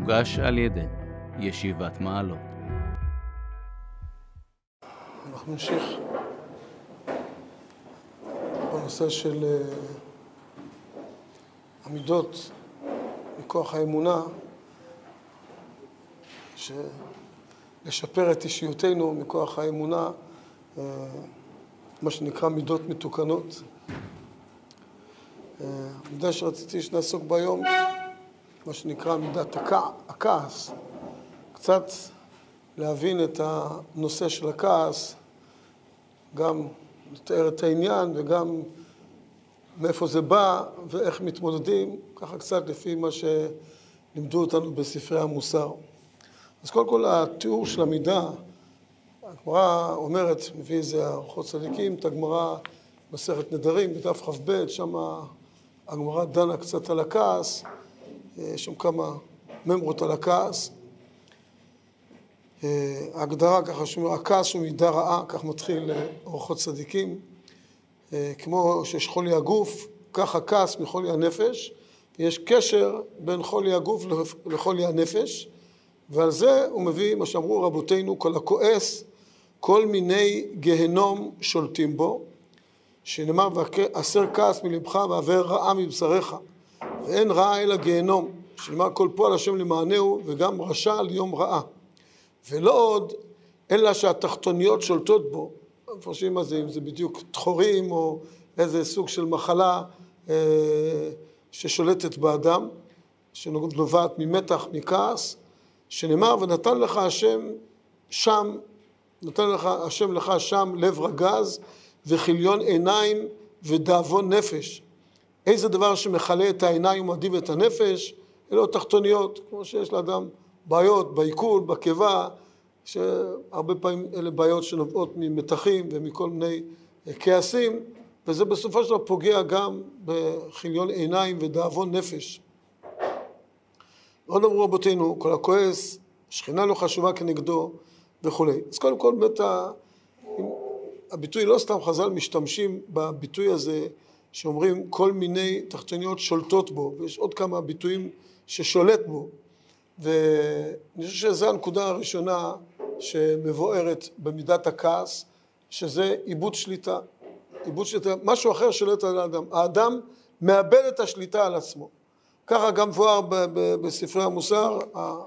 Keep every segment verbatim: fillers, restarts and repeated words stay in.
מוגש על ידי ישיבת מעלות. אנחנו נמשיך בנושא של עמידות מכוח האמונה, לשפר את אישיותנו מכוח האמונה, מה שנקרא מידות מתוקנות. המידה שרציתי שנעסוק ביום, מה שנקרא מידת הכעס, קצת להבין את הנושא של הכעס, גם לתאר את העניין וגם מאיפה זה בא ואיך מתמודדים, ככה קצת לפי מה שלימדו אותנו בספרי המוסר. אז קודם כל התיאור של המידה, הגמרא אומרת, מביא איזה אורחות צדיקים, את הגמרא מסכת נדרים, בדף כ"ב, שם הגמרא דנה קצת על הכעס, יש שם כמה ממרות על הכעס. ההגדרה ככה שאומר, הכעס הוא מידה רעה, כך מתחיל אורחות צדיקים, כמו שיש חולי הגוף, כך הכעס מחולי הנפש, יש קשר בין חולי הגוף לחולי הנפש, ועל זה הוא מביא מה שאמרו רבותינו, כל הכועס, כל מיני גהנום שולטים בו, שנאמר, והסר כעס מלבך ועבר רעה מבשריך, ואין רעה אלא גהנום, שנאמר כל פועל השם למענהו, וגם רשע ליום רעה. ולא עוד, אלא שהתחתוניות שולטות בו, מפרשים מה זה, אם זה בדיוק תחורים או איזה סוג של מחלה אה, ששולטת באדם, שנובעת ממתח, מכעס, שנאמר, ונתן לך השם שם, נתן לך השם לך שם לב רגז וחיליון עיניים ודאבון נפש. איזה דבר שמחלה את העיניים ומדיב את הנפש? אלו תחתוניות, כמו שיש לאדם בעיות בעיכול, בקיבה, שהרבה פעמים אלה בעיות שנובעות ממתחים ומכל מיני כעסים, וזה בסופו של דבר פוגע גם בחיליון עיניים ודאבון נפש. עוד אמרו רבותינו, כל הכועס, שכינה לא חשובה כנגדו וכו'. אז קודם כל, באמת, הביטוי לא סתם חז"ל משתמשים בביטוי הזה, שאומרים כל מיני תחתוניות שולטות בו, ויש עוד כמה ביטויים ששולט בו, ואני חושב שזו הנקודה הראשונה שמבוארת במידת הכעס, שזה איבוד שליטה. איבוד שליטה, משהו אחר שולט על האדם. האדם מאבד את השליטה על עצמו. ככה גם מבואר בספרי המוסר,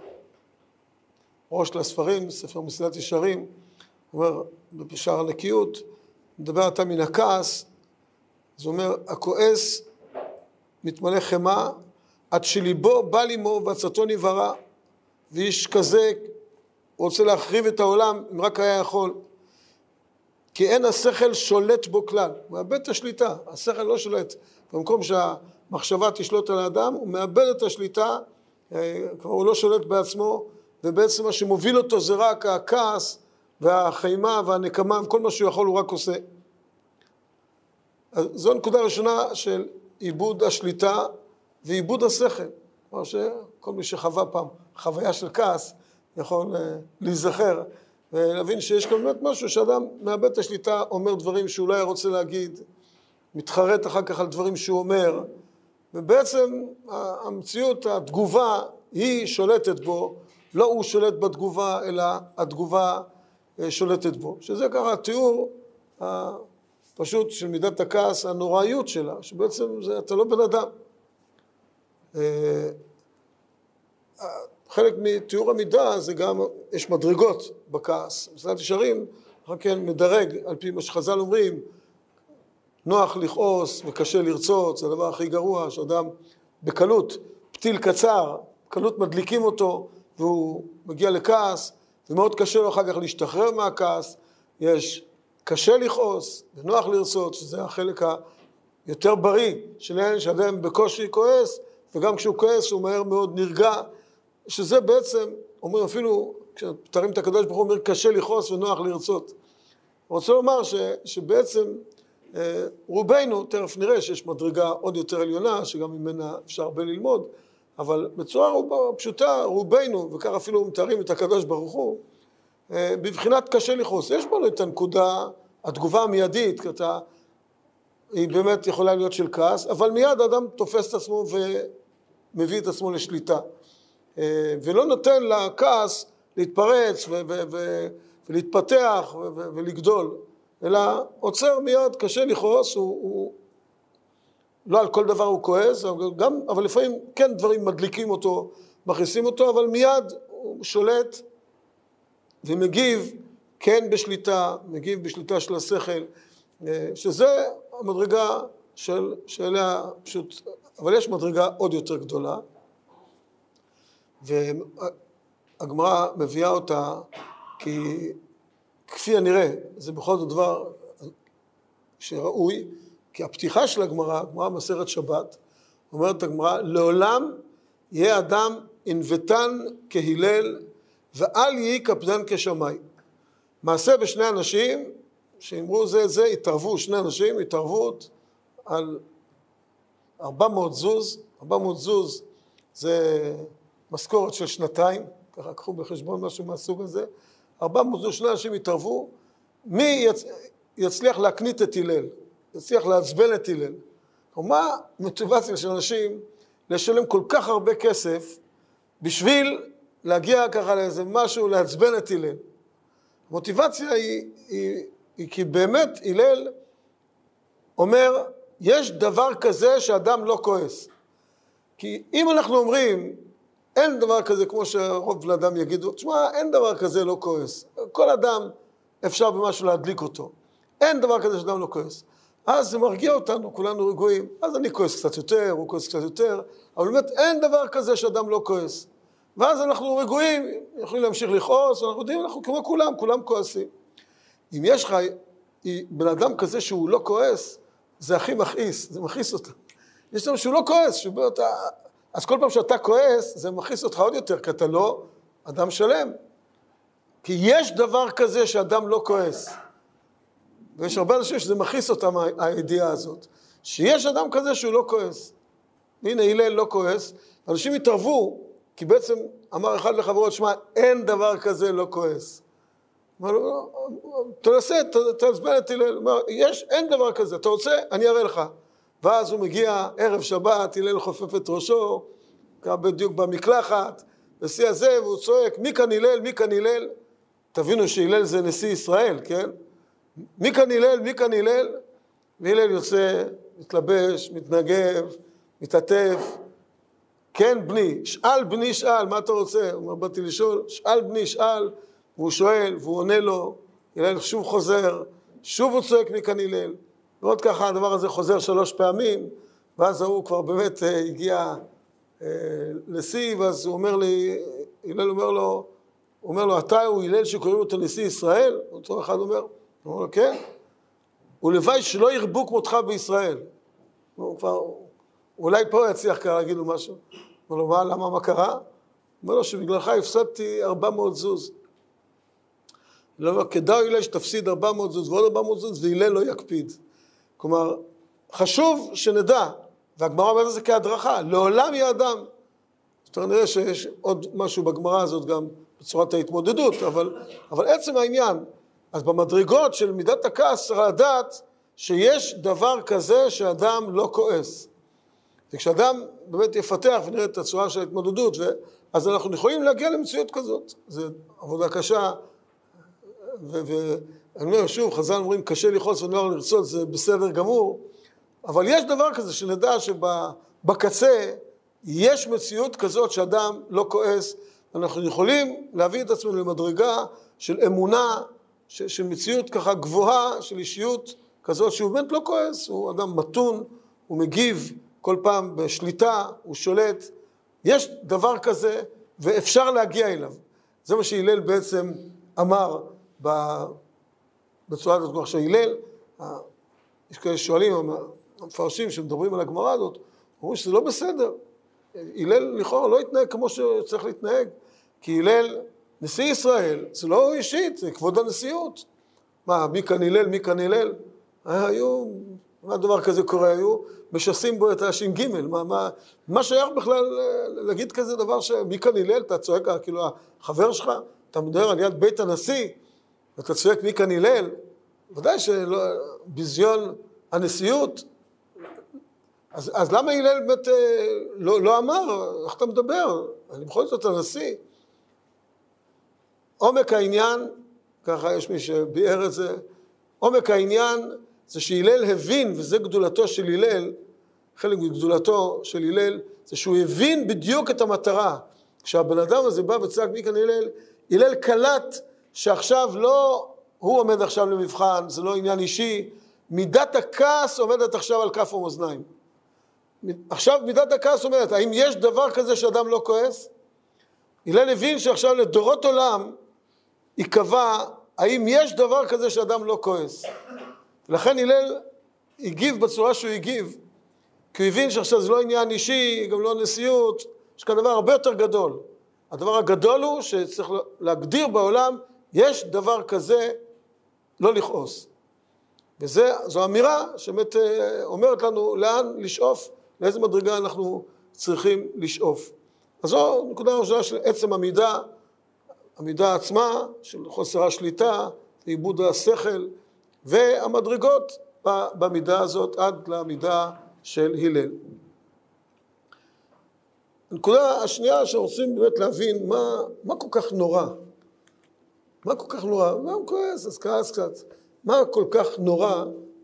הראש לספרים, ספר מסילת ישרים, אומר בשער הנקיות, מדבר אתה מן הכעס, זה אומר, הכועס מתמלא חמה, עד שליבו בא לימו ועצתו נברא, ואיש כזה רוצה להחריב את העולם, אם רק היה יכול. כי אין השכל שולט בו כלל, הוא מאבד את השליטה, השכל לא שולט. במקום שהמחשבה תשלוט על האדם, הוא מאבד את השליטה, כבר הוא לא שולט בעצמו, ובעצם מה שמוביל אותו זה רק הכעס, והחיימה והנקמה, וכל מה שהוא יכול הוא רק עושה. אז זו הנקודה הראשונה של איבוד השליטה ואיבוד השכל. כלומר שכל מי שחווה פעם חוויה של כעס יכול להיזכר ולהבין שיש כל באמת משהו שאדם מאבד את השליטה, אומר דברים שאולי היה רוצה להגיד, מתחרט אחר כך על דברים שהוא אומר, ובעצם המציאות, התגובה היא שולטת בו, לא הוא שולט בתגובה אלא התגובה שולטת בו. שזה ככה התיאור פשוט של מידת הכעס, הנוראיות שלה, שבעצם זה, אתה לא בן אדם. חלק מתיאור המידה זה גם, יש מדרגות בכעס. מסילת ישרים, אחר כן מדרג, על פי מה שחז"ל אומרים, נוח לכעוס וקשה לרצות, זה הדבר הכי גרוע, שאדם בקלות, פתיל קצר, בקלות מדליקים אותו, והוא מגיע לכעס, ומאוד קשה לו אחר כך להשתחרר מהכעס. יש קשה לכעוס ונוח לרצות, שזה החלק היותר בריא שלהם, שאדם בקושי כועס, וגם כשהוא כועס הוא מהר מאוד נרגע, שזה בעצם, אומרים אפילו, כשתרים את הקדוש ברוך הוא אומר קשה לכעוס ונוח לרצות. אני רוצה לומר ש, שבעצם אה, רובנו, תכף נראה שיש מדרגה עוד יותר עליונה, שגם ממנה אפשר הרבה ללמוד, אבל בצורה פשוטה, רובנו, וכך אפילו מתארים את הקדוש ברוך הוא, אה, בבחינת קשה לכעוס. יש בנו את הנקודה, התגובה המיידית, כי אתה, היא באמת יכולה להיות של כעס, אבל מיד האדם תופס את עצמו ומביא את עצמו לשליטה. ולא נותן לכעס להתפרץ ו- ו- ו- ולהתפתח ו- ו- ולגדול, אלא עוצר מיד, קשה לכעוס, הוא, הוא לא על כל דבר הוא כועס, אבל, גם, אבל לפעמים כן דברים מדליקים אותו, מכניסים אותו, אבל מיד הוא שולט ומגיב כן בשליטה, מגיב בשליטה של השכל, שזה המדרגה של, שאליה פשוט, אבל יש מדרגה עוד יותר גדולה, והגמרא מביאה אותה, כי כפי הנראה, זה בכל זאת דבר שראוי, כי הפתיחה של הגמרא, הגמרא מסרת שבת, אומרת הגמרא, לעולם יהיה אדם ענוותן כהלל, ואל יהי קפדן כשמאי. מעשה בשני אנשים, שאמרו זה זה, התערבו, שני אנשים, התערבות על ארבע מאות זוז, ארבע מאות זוז זה משכורת של שנתיים, ככה קחו בחשבון משהו מהסוג הזה, ארבע מאות זוז, שני אנשים התערבו, מי יצ... יצליח להקנית את הלל, יצליח לעצבן את הלל. ומה המוטיבציה של אנשים לשלם כל כך הרבה כסף, בשביל להגיע ככה לאיזה משהו, לעצבן את הלל. המוטיבציה היא, היא, היא כי באמת הלל אומר, יש דבר כזה שאדם לא כועס. כי אם אנחנו אומרים, אין דבר כזה כמו שרוב בני אדם יגידו, תשמע, אין דבר כזה לא כועס. כל אדם אפשר במשהו להדליק אותו. אין דבר כזה שאדם לא כועס. אז זה מרגיע אותנו, כולנו רגועים. אז אני כועס קצת יותר, הוא כועס קצת יותר, אבל באמת אין דבר כזה שאדם לא כועס. ואז אנחנו רגועים, יכולים להמשיך לכעוס, אנחנו יודעים, אנחנו כמו כולם, כולם כועסים. אם יש לך בן אדם כזה שהוא לא כועס, זה הכי מכעיס, זה מכעיס אותה. יש לנו שהוא לא כועס, שבו אתה, אז כל פעם שאתה כועס, זה מכעיס אותך עוד יותר, כי אתה לא אדם שלם. כי יש דבר כזה שאדם לא כועס. ויש הרבה אנשים שזה מכעיס אותם, הידיעה הזאת. שיש אדם כזה שהוא לא כועס. והנה, הלל לא כועס, אנשים התערבו, כי בעצם אמר אחד לחברות, שמע, אין דבר כזה לא כועס. אמר לו, תנסה, תעצבן את הלל. אמר, יש, אין דבר כזה, אתה רוצה? אני אראה לך. ואז הוא מגיע ערב שבת, הלל חופף את ראשו, בדיוק במקלחת, בשיא הזה, והוא צועק, מי כאן הלל, מי כאן הלל? תבינו שהלל זה נשיא ישראל, כן? מי כאן הלל, מי כאן הלל? והלל יוצא, מתלבש, מתנגב, מתעטף. כן בני, שאל בני שאל, מה אתה רוצה? הוא אומר, באתי לשאול, שאל בני שאל, והוא שואל, והוא עונה לו, הלל שוב חוזר, שוב הוא צועק מי כאן הלל. ועוד ככה הדבר הזה חוזר שלוש פעמים, ואז הוא כבר באמת הגיע אה, לשיא, ואז הוא אומר לי, הלל אומר לו, הוא אומר לו, אתה הוא הלל שקוראים אותו נשיא ישראל? אותו אחד אומר, הוא אומר לו, כן. ולוואי שלא ירבו כמותך בישראל. הוא כבר, אולי פה יצליח ככה להגיד לו משהו. הוא אומר לו, מה, למה, מה קרה? הוא אומר לו, שבגללך הפסדתי ארבע מאות זוז. הוא אומר, כדאי הלל שתפסיד ארבע מאות זוז ועוד ארבע מאות זוז, והלל לא יקפיד. כלומר, חשוב שנדע, והגמרא אומרת את זה כהדרכה, לעולם יהיה אדם. יותר נראה שיש עוד משהו בגמרא הזאת גם בצורת ההתמודדות, אבל, אבל עצם העניין, אז במדרגות של מידת הכעס צריך לדעת שיש דבר כזה שאדם לא כועס. וכשאדם באמת יפתח ונראה את הצורה של ההתמודדות, אז אנחנו יכולים להגיע למציאות כזאת. זו עבודה קשה, ואני אומר שוב, חז"ל אומרים קשה לכעוס ונוער לרצות, זה בסדר גמור, אבל יש דבר כזה שנדע שבקצה יש מציאות כזאת שאדם לא כועס, אנחנו יכולים להביא את עצמנו למדרגה של אמונה, של מציאות ככה גבוהה, של אישיות כזאת שהוא באמת לא כועס, הוא אדם מתון, הוא מגיב כל פעם בשליטה, הוא שולט, יש דבר כזה ואפשר להגיע אליו. זה מה שהלל בעצם אמר בצורה הזאת. עכשיו הלל, יש כאלה שואלים, המפרשים שמדברים על הגמרא הזאת, אומרים שזה לא בסדר. הלל לכאורה לא יתנהג כמו שצריך להתנהג, כי הלל נשיא ישראל, זה לא אישית, זה כבוד הנשיאות. מה, מי כאן הלל, מי כאן הלל? היו, מה דבר כזה קורה? היו משסים בו את הש"ג. מה, מה, מה שייך בכלל להגיד כזה דבר שמי כאן הלל? אתה צועק, כאילו החבר שלך, אתה מדבר על יד בית הנשיא, ואתה צועק מי כאן הלל? ודאי שבזיון הנשיאות, אז, אז למה הלל באמת לא, לא אמר, איך אתה מדבר? אני בכל זאת הנשיא. עומק העניין, ככה יש מי שביאר את זה, עומק העניין זה שהלל הבין, וזה גדולתו של הלל, חלק מגדולתו של הלל, זה שהוא הבין בדיוק את המטרה. כשהבן אדם הזה בא וצעק מכאן הלל, הלל קלט שעכשיו לא, הוא עומד עכשיו למבחן, זה לא עניין אישי, מידת הכעס עומדת עכשיו על כף המאזניים. עכשיו מידת הכעס אומרת, האם יש דבר כזה שאדם לא כועס? הלל הבין שעכשיו לדורות עולם יקבע, האם יש דבר כזה שאדם לא כועס? לכן הלל הגיב בצורה שהוא הגיב, כי הוא הבין שעכשיו זה לא עניין אישי, גם לא נשיאות, יש כאן דבר הרבה יותר גדול. הדבר הגדול הוא שצריך להגדיר בעולם, יש דבר כזה לא לכעוס. וזו אמירה שבאמת אומרת לנו לאן לשאוף, לאיזה מדרגה אנחנו צריכים לשאוף. אז זו נקודה ראשונה של עצם המידה, המידה עצמה, של חוסר השליטה, עיבוד השכל, והמדרגות במידה הזאת עד למידה של הלל. הנקודה השנייה שרוצים באמת להבין מה, מה כל כך נורא. מה כל כך נורא? מה הוא כועס? אז כעס קצת. מה כל כך נורא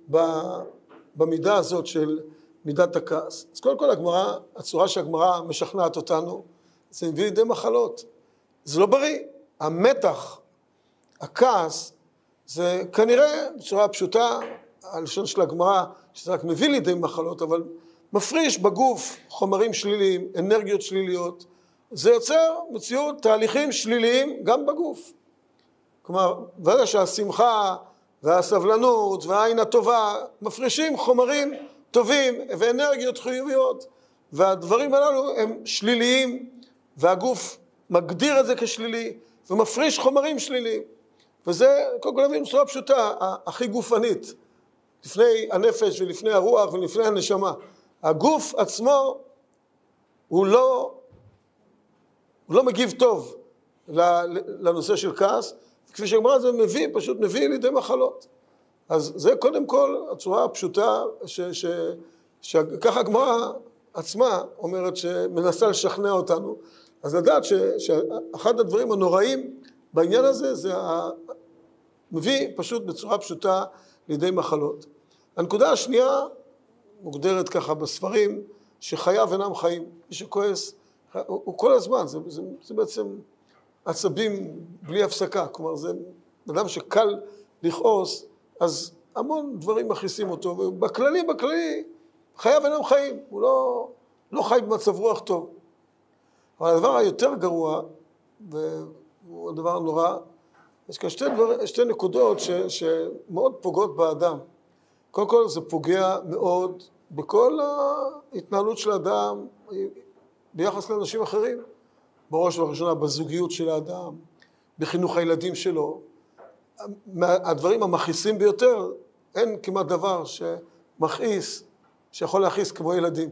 במידה הזאת של מידת הכעס? אז קודם כל הגמרא, הצורה שהגמרא משכנעת אותנו, זה מביא לידי מחלות. זה לא בריא. המתח, הכעס, זה כנראה בצורה פשוטה, הלשון של הגמרא, שזה רק מביא לידי מחלות, אבל מפריש בגוף חומרים שליליים, אנרגיות שליליות, זה יוצר מציאות תהליכים שליליים גם בגוף. כלומר, ודאי שהשמחה והסבלנות והעין הטובה מפרישים חומרים טובים ואנרגיות חיוביות, והדברים הללו הם שליליים, והגוף מגדיר את זה כשלילי, ומפריש חומרים שליליים. וזה, קודם כל להבין בצורה פשוטה, הכי גופנית, לפני הנפש ולפני הרוח ולפני הנשמה. הגוף עצמו הוא לא, הוא לא מגיב טוב לנושא של כעס, כפי שהגמרא זה מביא, פשוט מביא לידי מחלות. אז זה קודם כל הצורה הפשוטה, ש, ש, שככה הגמרא עצמה אומרת שמנסה לשכנע אותנו, אז לדעת ש, שאחד הדברים הנוראים בעניין הזה, זה מביא פשוט בצורה פשוטה לידי מחלות. הנקודה השנייה מוגדרת ככה בספרים, שחייו אינם חיים. מי שכועס, הוא, הוא כל הזמן, זה, זה, זה בעצם עצבים בלי הפסקה. כלומר, זה אדם שקל לכעוס, אז המון דברים מכניסים אותו, ובכללי, בכללי, חייו אינם חיים. הוא לא, לא חי במצב רוח טוב. אבל הדבר היותר גרוע, והוא הדבר הנורא, יש כאן שתי, דבר, שתי נקודות ש, שמאוד פוגעות באדם. קודם כל זה פוגע מאוד בכל ההתנהלות של האדם ביחס לאנשים אחרים. בראש ובראשונה בזוגיות של האדם, בחינוך הילדים שלו. הדברים המכעיסים ביותר, אין כמעט דבר שמכעיס, שיכול להכעיס כמו ילדים.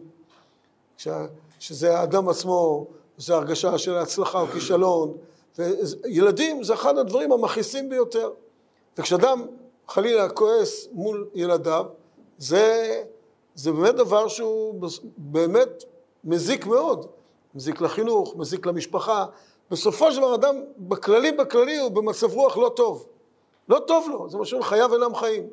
שזה האדם עצמו, זה הרגשה של הצלחה או כישלון. וילדים זה אחד הדברים המכעיסים ביותר. וכשאדם חלילה כועס מול ילדיו, זה, זה באמת דבר שהוא באמת מזיק מאוד. מזיק לחינוך, מזיק למשפחה. בסופו של דבר אדם בכללי בכללי הוא במצב רוח לא טוב. לא טוב לו, זה משהו חייו אינם חיים.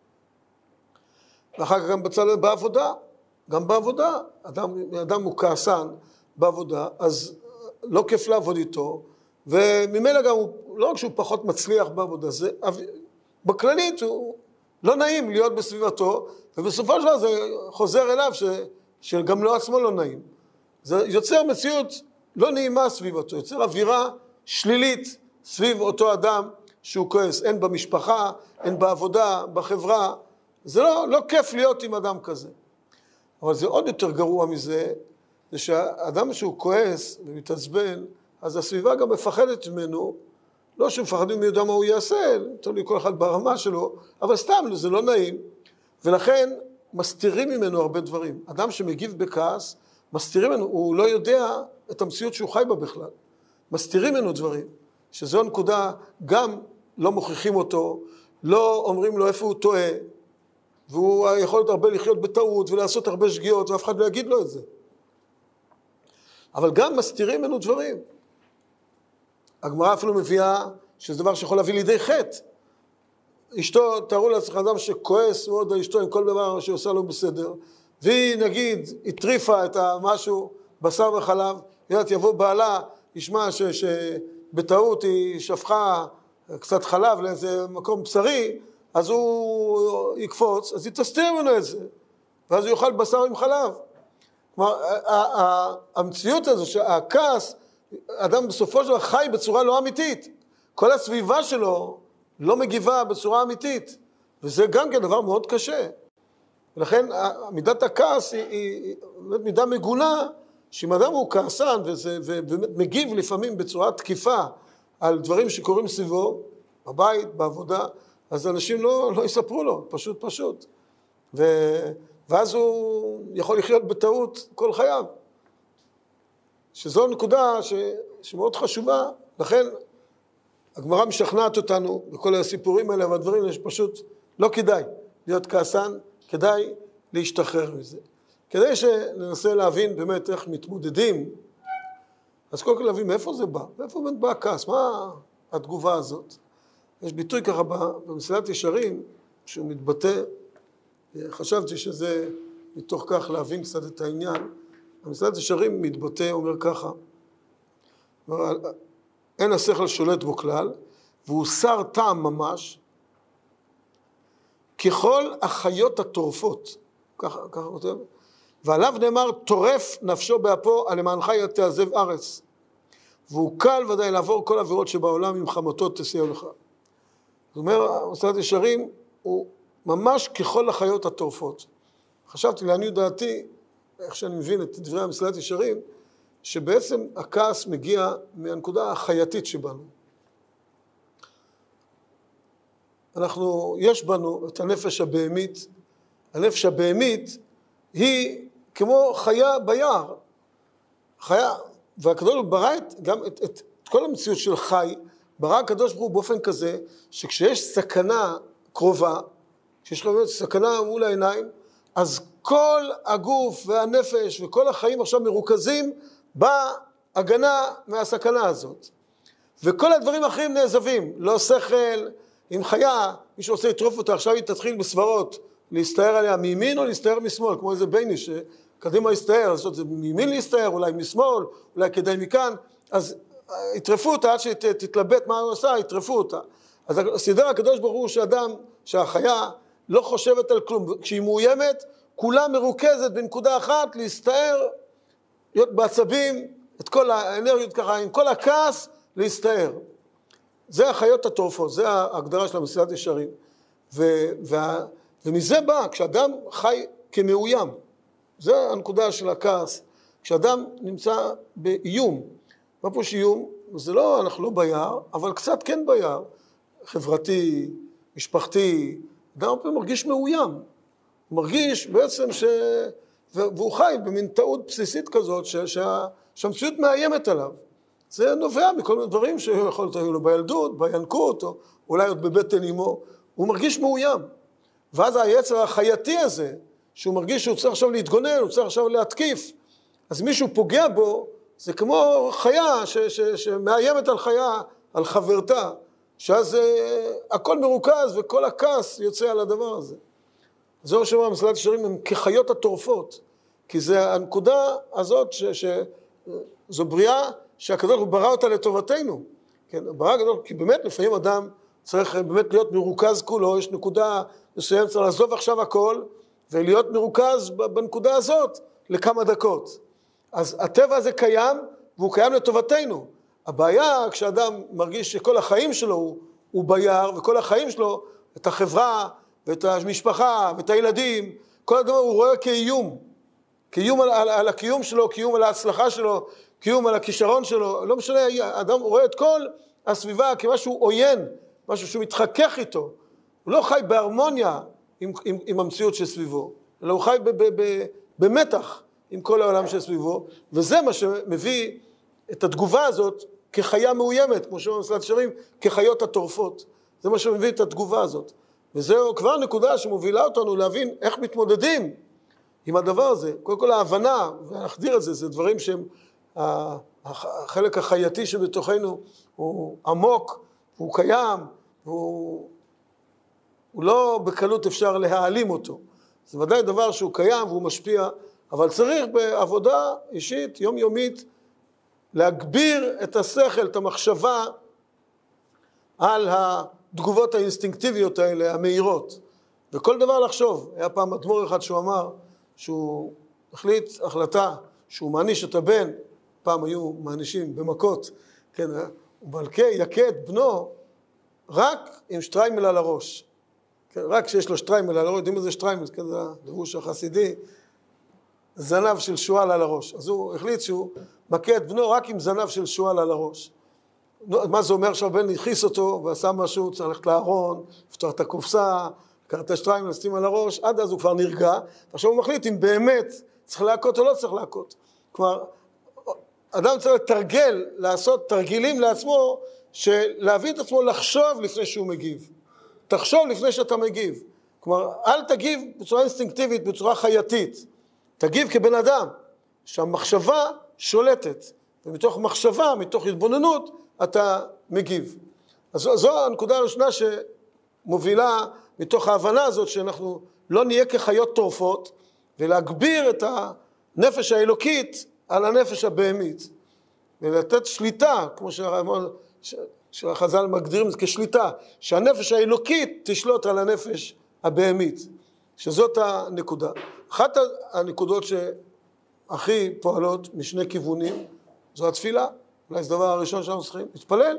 ואחר כך גם בצד בעבודה, גם בעבודה, אדם, אדם הוא כעסן בעבודה, אז לא כיף לעבוד איתו, וממילא גם הוא, לא רק שהוא פחות מצליח בעבודה, זה בכללית הוא לא נעים להיות בסביבתו, ובסופו של דבר זה חוזר אליו ש, שגם לא עצמו לא נעים. זה יוצר מציאות לא נעימה סביבתו, יוצר אווירה שלילית סביב אותו אדם שהוא כועס, אין במשפחה, אין בעבודה, בחברה, זה לא, לא כיף להיות עם אדם כזה. אבל זה עוד יותר גרוע מזה, זה שהאדם שהוא כועס ומתעצבן, אז הסביבה גם מפחדת ממנו, לא שמפחדים מי יודע מה הוא יעשה, תלוי כל אחד ברמה שלו, אבל סתם זה לא נעים, ולכן מסתירים ממנו הרבה דברים. אדם שמגיב בכעס, מסתירים ממנו, הוא לא יודע את המציאות שהוא חי בה בכלל. מסתירים ממנו דברים, שזו הנקודה, גם לא מוכיחים אותו, לא אומרים לו איפה הוא טועה, והוא יכול להיות הרבה לחיות בטעות ולעשות הרבה שגיאות, ואף אחד לא יגיד לו את זה. אבל גם מסתירים ממנו דברים. הגמרא אפילו מביאה שזה דבר שיכול להביא לידי חטא. אשתו, תארו לעצמך אדם שכועס מאוד על אשתו עם כל דבר שעושה לו בסדר, והיא נגיד הטריפה את המשהו, בשר וחלב, יודעת, יבוא בעלה, ישמע ש, שבטעות היא שפכה קצת חלב לאיזה מקום בשרי, אז הוא יקפוץ, אז היא תסתיר ממנו את זה, ואז הוא יאכל בשר עם חלב. כלומר, המציאות הזו, שהכעס, אדם בסופו של דבר חי בצורה לא אמיתית. כל הסביבה שלו לא מגיבה בצורה אמיתית, וזה גם כן דבר מאוד קשה. ולכן מידת הכעס היא, היא, היא מידה מגונה, שאם אדם הוא כעסן וזה, ובאמת מגיב לפעמים בצורה תקיפה על דברים שקורים סביבו, בבית, בעבודה, אז אנשים לא, לא יספרו לו, פשוט פשוט. ו, ואז הוא יכול לחיות בטעות כל חייו. שזו נקודה ש, שמאוד חשובה, לכן הגמרא משכנעת אותנו בכל הסיפורים האלה והדברים, שפשוט לא כדאי להיות כעסן, כדאי להשתחרר מזה. כדי שננסה להבין באמת איך מתמודדים, אז קודם כל להבין מאיפה זה בא, מאיפה באמת בא הכעס, מה התגובה הזאת. יש ביטוי ככה במסילת ישרים, שהוא מתבטא, חשבתי שזה מתוך כך להבין קצת את העניין, המסילת ישרים מתבטא, אומר ככה, אין השכל שולט בו כלל, והוא שר טעם ממש, ככל החיות הטורפות, ככה, ככה כותב, ועליו נאמר, טורף נפשו באפו, הלמענך תעזב ארץ, והוא קל ודאי לעבור כל עבירות שבעולם, עם חמתו תסייע לך. זאת אומרת, מסילת ישרים הוא ממש ככל החיות הטורפות. חשבתי, לעניות דעתי, איך שאני מבין את דברי המסילת ישרים, שבעצם הכעס מגיע מהנקודה החייתית שבנו. אנחנו, יש בנו את הנפש הבהמית, הנפש הבהמית היא כמו חיה ביער, חיה, והקדוש ברוך הוא ברא גם את, את, את כל המציאות של חי, ברא הקדוש ברוך הוא באופן כזה, שכשיש סכנה קרובה, כשיש לך סכנה מול העיניים, אז כל הגוף והנפש וכל החיים עכשיו מרוכזים בהגנה מהסכנה הזאת. וכל הדברים האחרים נעזבים, לא שכל, עם חיה, מי שרוצה לטרוף אותה, עכשיו היא תתחיל בסברות, להסתער עליה מימין או להסתער משמאל, כמו איזה בייני שקדימה להסתער, אז זה מימין להסתער, אולי משמאל, אולי כדאי מכאן, אז יטרפו אותה עד שתתלבט מה הוא עושה, יטרפו אותה. אז סידר הקדוש ברוך הוא שאדם, שהחיה לא חושבת על כלום, כשהיא מאוימת, כולה מרוכזת בנקודה אחת, להסתער, להיות בעצבים, את כל האנרגיות ככה, עם כל הכעס, להסתער. זה החיות הטורפות, זה ההגדרה של המסילת ישרים. ו- וה- ומזה בא, כשאדם חי כמאוים, זה הנקודה של הכעס, כשאדם נמצא באיום, מה פה שאיום? זה לא, אנחנו לא ביער, אבל קצת כן ביער, חברתי, משפחתי, אדם פה מרגיש מאוים, הוא מרגיש בעצם ש... והוא חי במין טעות בסיסית כזאת, ש... שה... שהמציאות מאיימת עליו. זה נובע מכל מיני דברים שיכול להיות לו בילדות, בינקות, או אולי עוד בבטן אמו, הוא מרגיש מאוים. ואז היצר החייתי הזה, שהוא מרגיש שהוא צריך עכשיו להתגונן, הוא צריך עכשיו להתקיף, אז מישהו פוגע בו, זה כמו חיה ש, ש, שמאיימת על חיה, על חברתה, שאז הכל מרוכז וכל הכעס יוצא על הדבר הזה. זה מה שאומר המסילת ישרים, הם כחיות הטורפות, כי זה הנקודה הזאת ש, שזו בריאה שהקדוש הוא ברא אותה לטובתנו. כן, ברא הקדוש, כי באמת לפעמים אדם צריך באמת להיות מרוכז כולו, יש נקודה מסוים, צריך לעזוב עכשיו הכל, ולהיות מרוכז בנקודה הזאת לכמה דקות. אז הטבע הזה קיים, והוא קיים לטובתנו. הבעיה, כשאדם מרגיש שכל החיים שלו הוא, הוא ביער, וכל החיים שלו, את החברה, ואת המשפחה, ואת הילדים, כל הדבר הוא רואה כאיום. כאיום על, על, על הקיום שלו, קיום על ההצלחה שלו, קיום על הכישרון שלו. לא משנה, האדם רואה את כל הסביבה כמשהו עוין, משהו שהוא מתחכך איתו. הוא לא חי בהרמוניה עם, עם, עם המציאות שסביבו, אלא הוא חי ב, ב, ב, במתח עם כל העולם שסביבו, וזה מה שמביא את התגובה הזאת כחיה מאוימת, כמו שאומרים מסילת ישרים, כחיות הטורפות. זה מה שמביא את התגובה הזאת. וזהו כבר נקודה שמובילה אותנו להבין איך מתמודדים עם הדבר הזה. קודם כל ההבנה, ולהחדיר את זה, זה דברים שהם, החלק החייתי שבתוכנו הוא עמוק, הוא קיים, הוא, הוא לא בקלות אפשר להעלים אותו. זה ודאי דבר שהוא קיים והוא משפיע, אבל צריך בעבודה אישית, יומיומית, להגביר את השכל, את המחשבה על התגובות האינסטינקטיביות האלה, המהירות. וכל דבר לחשוב. היה פעם אדמו"ר אחד שהוא אמר, שהוא החליט החלטה, שהוא מעניש את הבן, פעם היו מענישים במכות, כן, הוא מלכה יכה את בנו רק עם שטריימל על הראש. כן, רק כשיש לו שטריימל על הראש, יודעים איזה שטריימל, כן, זה הלבוש החסידי, זנב של שועל על הראש. אז הוא החליט שהוא מכה את בנו רק עם זנב של שועל על הראש. מה זה אומר שהבן הכיס אותו ועשה משהו, צריך ללכת לארון, לפתוח את הקופסה, לקחת את השטריימל, לשים על הראש, עד אז הוא כבר נרגע, ועכשיו הוא מחליט אם באמת צריך להכות או לא צריך להכות. כלומר, אדם צריך לתרגל, לעשות תרגילים לעצמו, של להביא את עצמו לחשוב לפני שהוא מגיב. תחשוב לפני שאתה מגיב. כלומר, אל תגיב בצורה אינסטינקטיבית, בצורה חייתית. תגיב כבן אדם, שהמחשבה שולטת, ומתוך מחשבה, מתוך התבוננות, אתה מגיב. אז זו, זו הנקודה הראשונה שמובילה מתוך ההבנה הזאת, שאנחנו לא נהיה כחיות טורפות, ולהגביר את הנפש האלוקית על הנפש הבהמית, ולתת שליטה, כמו שהחז"ל מגדירים את זה כשליטה, שהנפש האלוקית תשלוט על הנפש הבהמית, שזאת הנקודה. אחת הנקודות שהכי פועלות משני כיוונים, זו התפילה. אולי זה הדבר הראשון שאנחנו צריכים, להתפלל.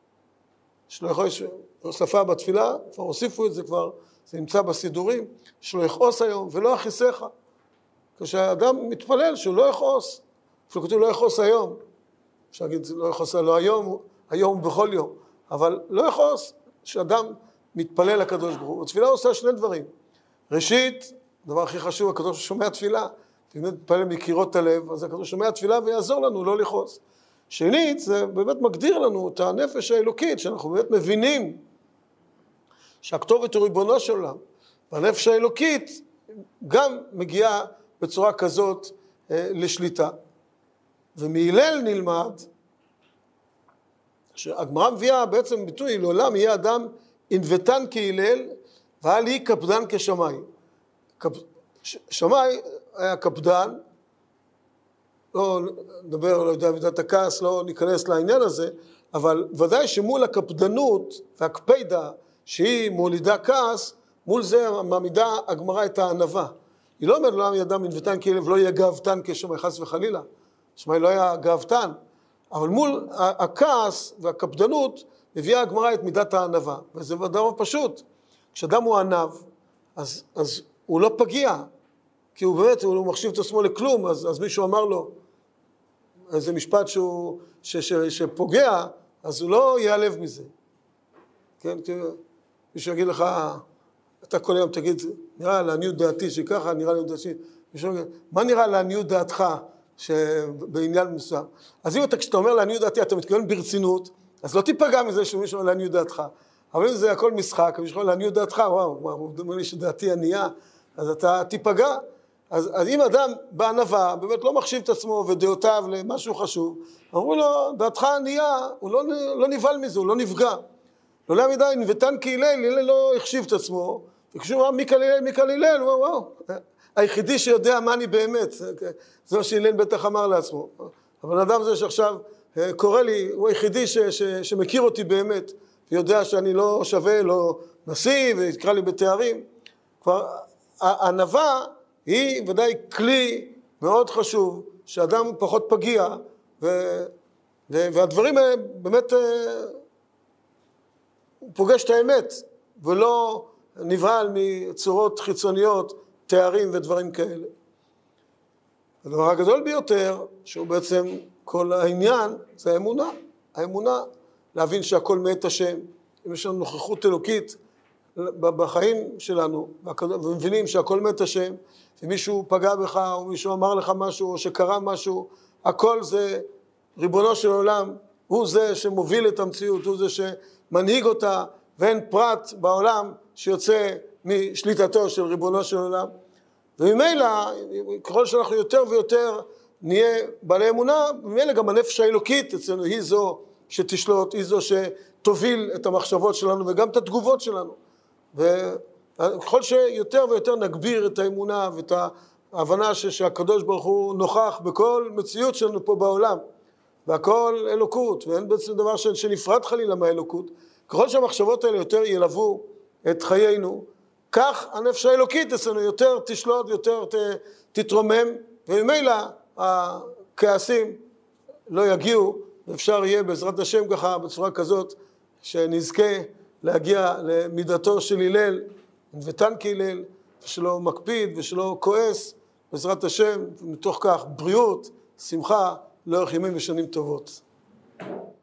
שלא יכול, הוספה בתפילה, כבר הוסיפו את זה כבר, זה נמצא בסידורים, שלא יכעוס היום ולא אכיסך. כשהאדם מתפלל שהוא לא יכעוס, אפילו כתוב לא יכעוס היום, אפשר להגיד לא יכעוס לא היום, היום בכל יום, אבל לא יכעוס שאדם מתפלל לקדוש ברוך הוא. התפילה עושה שני דברים. ראשית, הדבר הכי חשוב, הקדוש שומע תפילה, אם נתפלל מקירות הלב, אז הקדוש שומע תפילה ויעזור לנו לא לכעוס. שנית, זה באמת מגדיר לנו את הנפש האלוקית, שאנחנו באמת מבינים שהכתובת הוא ריבונו של עולם, והנפש האלוקית גם מגיעה בצורה כזאת אה, לשליטה. ומהלל נלמד, שהגמרא מביאה בעצם ביטוי, לעולם יהיה אדם אינבטן כהלל, ואל יהי קפדן כשמאי. קפ... שמאי היה קפדן, לא נדבר, לא יודע, מידת הכעס, לא ניכנס לעניין הזה, אבל ודאי שמול הקפדנות והקפידה, שהיא מולידה כעס, מול זה מעמידה הגמרא את הענווה. היא לא אומרת לעולם יהיה אדם אינבטן כהלל ולא יהיה גאוותן כשמאי, חס וחלילה. שמאי לא היה גאוותן, אבל מול הכעס והקפדנות מביאה הגמרא את מידת הענווה, וזה דבר פשוט. כשאדם הוא ענב, אז, אז הוא לא פגיע, כי הוא באמת, הוא לא מחשיב את עצמו לכלום, אז, אז מישהו אמר לו, איזה משפט שהוא, ש, ש, שפוגע, אז הוא לא ייעלב מזה. כן, כי מישהו יגיד לך, אתה כל היום תגיד, נראה לעניות דעתי שככה, נראה לעניות דעתי, מישהו יגיד, מה נראה לעניות דעתך שבעניין מסוים? אז אם אתה, כשאתה אומר לעניות דעתי, אתה מתכוון ברצינות, אז לא תיפגע מזה שמישהו אומר לעניות דעתך. אבל אם זה הכל משחק, מישהו אומר לעניות דעתך, וואו, הוא אומר לי שדעתי ענייה, אז אתה תיפגע. אז, אז אם אדם בענווה, באמת לא מחשיב את עצמו ודעותיו למשהו חשוב, אמרו לו, דעתך ענייה, הוא לא, לא נבהל מזה, הוא לא נפגע. לא לה מדי, נבטן כהלל, הלל לא החשיב את עצמו, וכשהוא אמר מי כהלל, מי כהלל, וואו, וואו, היחידי שיודע מה אני באמת, זה מה שהלל בטח אמר לעצמו. אבל אדם זה שעכשיו קורא לי, הוא היחידי ש, ש, שמכיר אותי באמת, ויודע שאני לא שווה, לא נשיא, ויקרא לי בתארים. כבר, הענווה היא ודאי כלי מאוד חשוב, שאדם פחות פגיע, ו, ו, והדברים האלה באמת, הוא פוגש את האמת, ולא נבהל מצורות חיצוניות, תארים ודברים כאלה. הדבר הגדול ביותר, שהוא בעצם כל העניין, זה האמונה. האמונה, להבין שהכל מאת השם, אם יש לנו נוכחות אלוקית בחיים שלנו, ומבינים שהכל מאת השם, ומישהו פגע בך, או מישהו אמר לך משהו, או שקרה משהו, הכל זה ריבונו של עולם, הוא זה שמוביל את המציאות, הוא זה שמנהיג אותה, ואין פרט בעולם שיוצא משליטתו של ריבונו של עולם. וממילא, ככל שאנחנו יותר ויותר נהיה בעלי אמונה, ממילא גם הנפש האלוקית אצלנו היא זו שתשלוט, היא זו שתוביל את המחשבות שלנו וגם את התגובות שלנו. וככל שיותר ויותר נגביר את האמונה ואת ההבנה שהקדוש ברוך הוא נוכח בכל מציאות שלנו פה בעולם, והכל אלוקות, ואין בעצם דבר שנפרד חלילה מהאלוקות, ככל שהמחשבות האלה יותר ילוו את חיינו, כך הנפש האלוקית אצלנו יותר תשלוט, יותר תתרומם, וממילא הכעסים לא יגיעו, ואפשר יהיה בעזרת השם ככה בצורה כזאת, שנזכה להגיע למידתו של הלל, ותן כהלל, ושלא מקפיד ושלא כועס, בעזרת השם, ומתוך כך בריאות, שמחה, לאורך ימים ושנים טובות.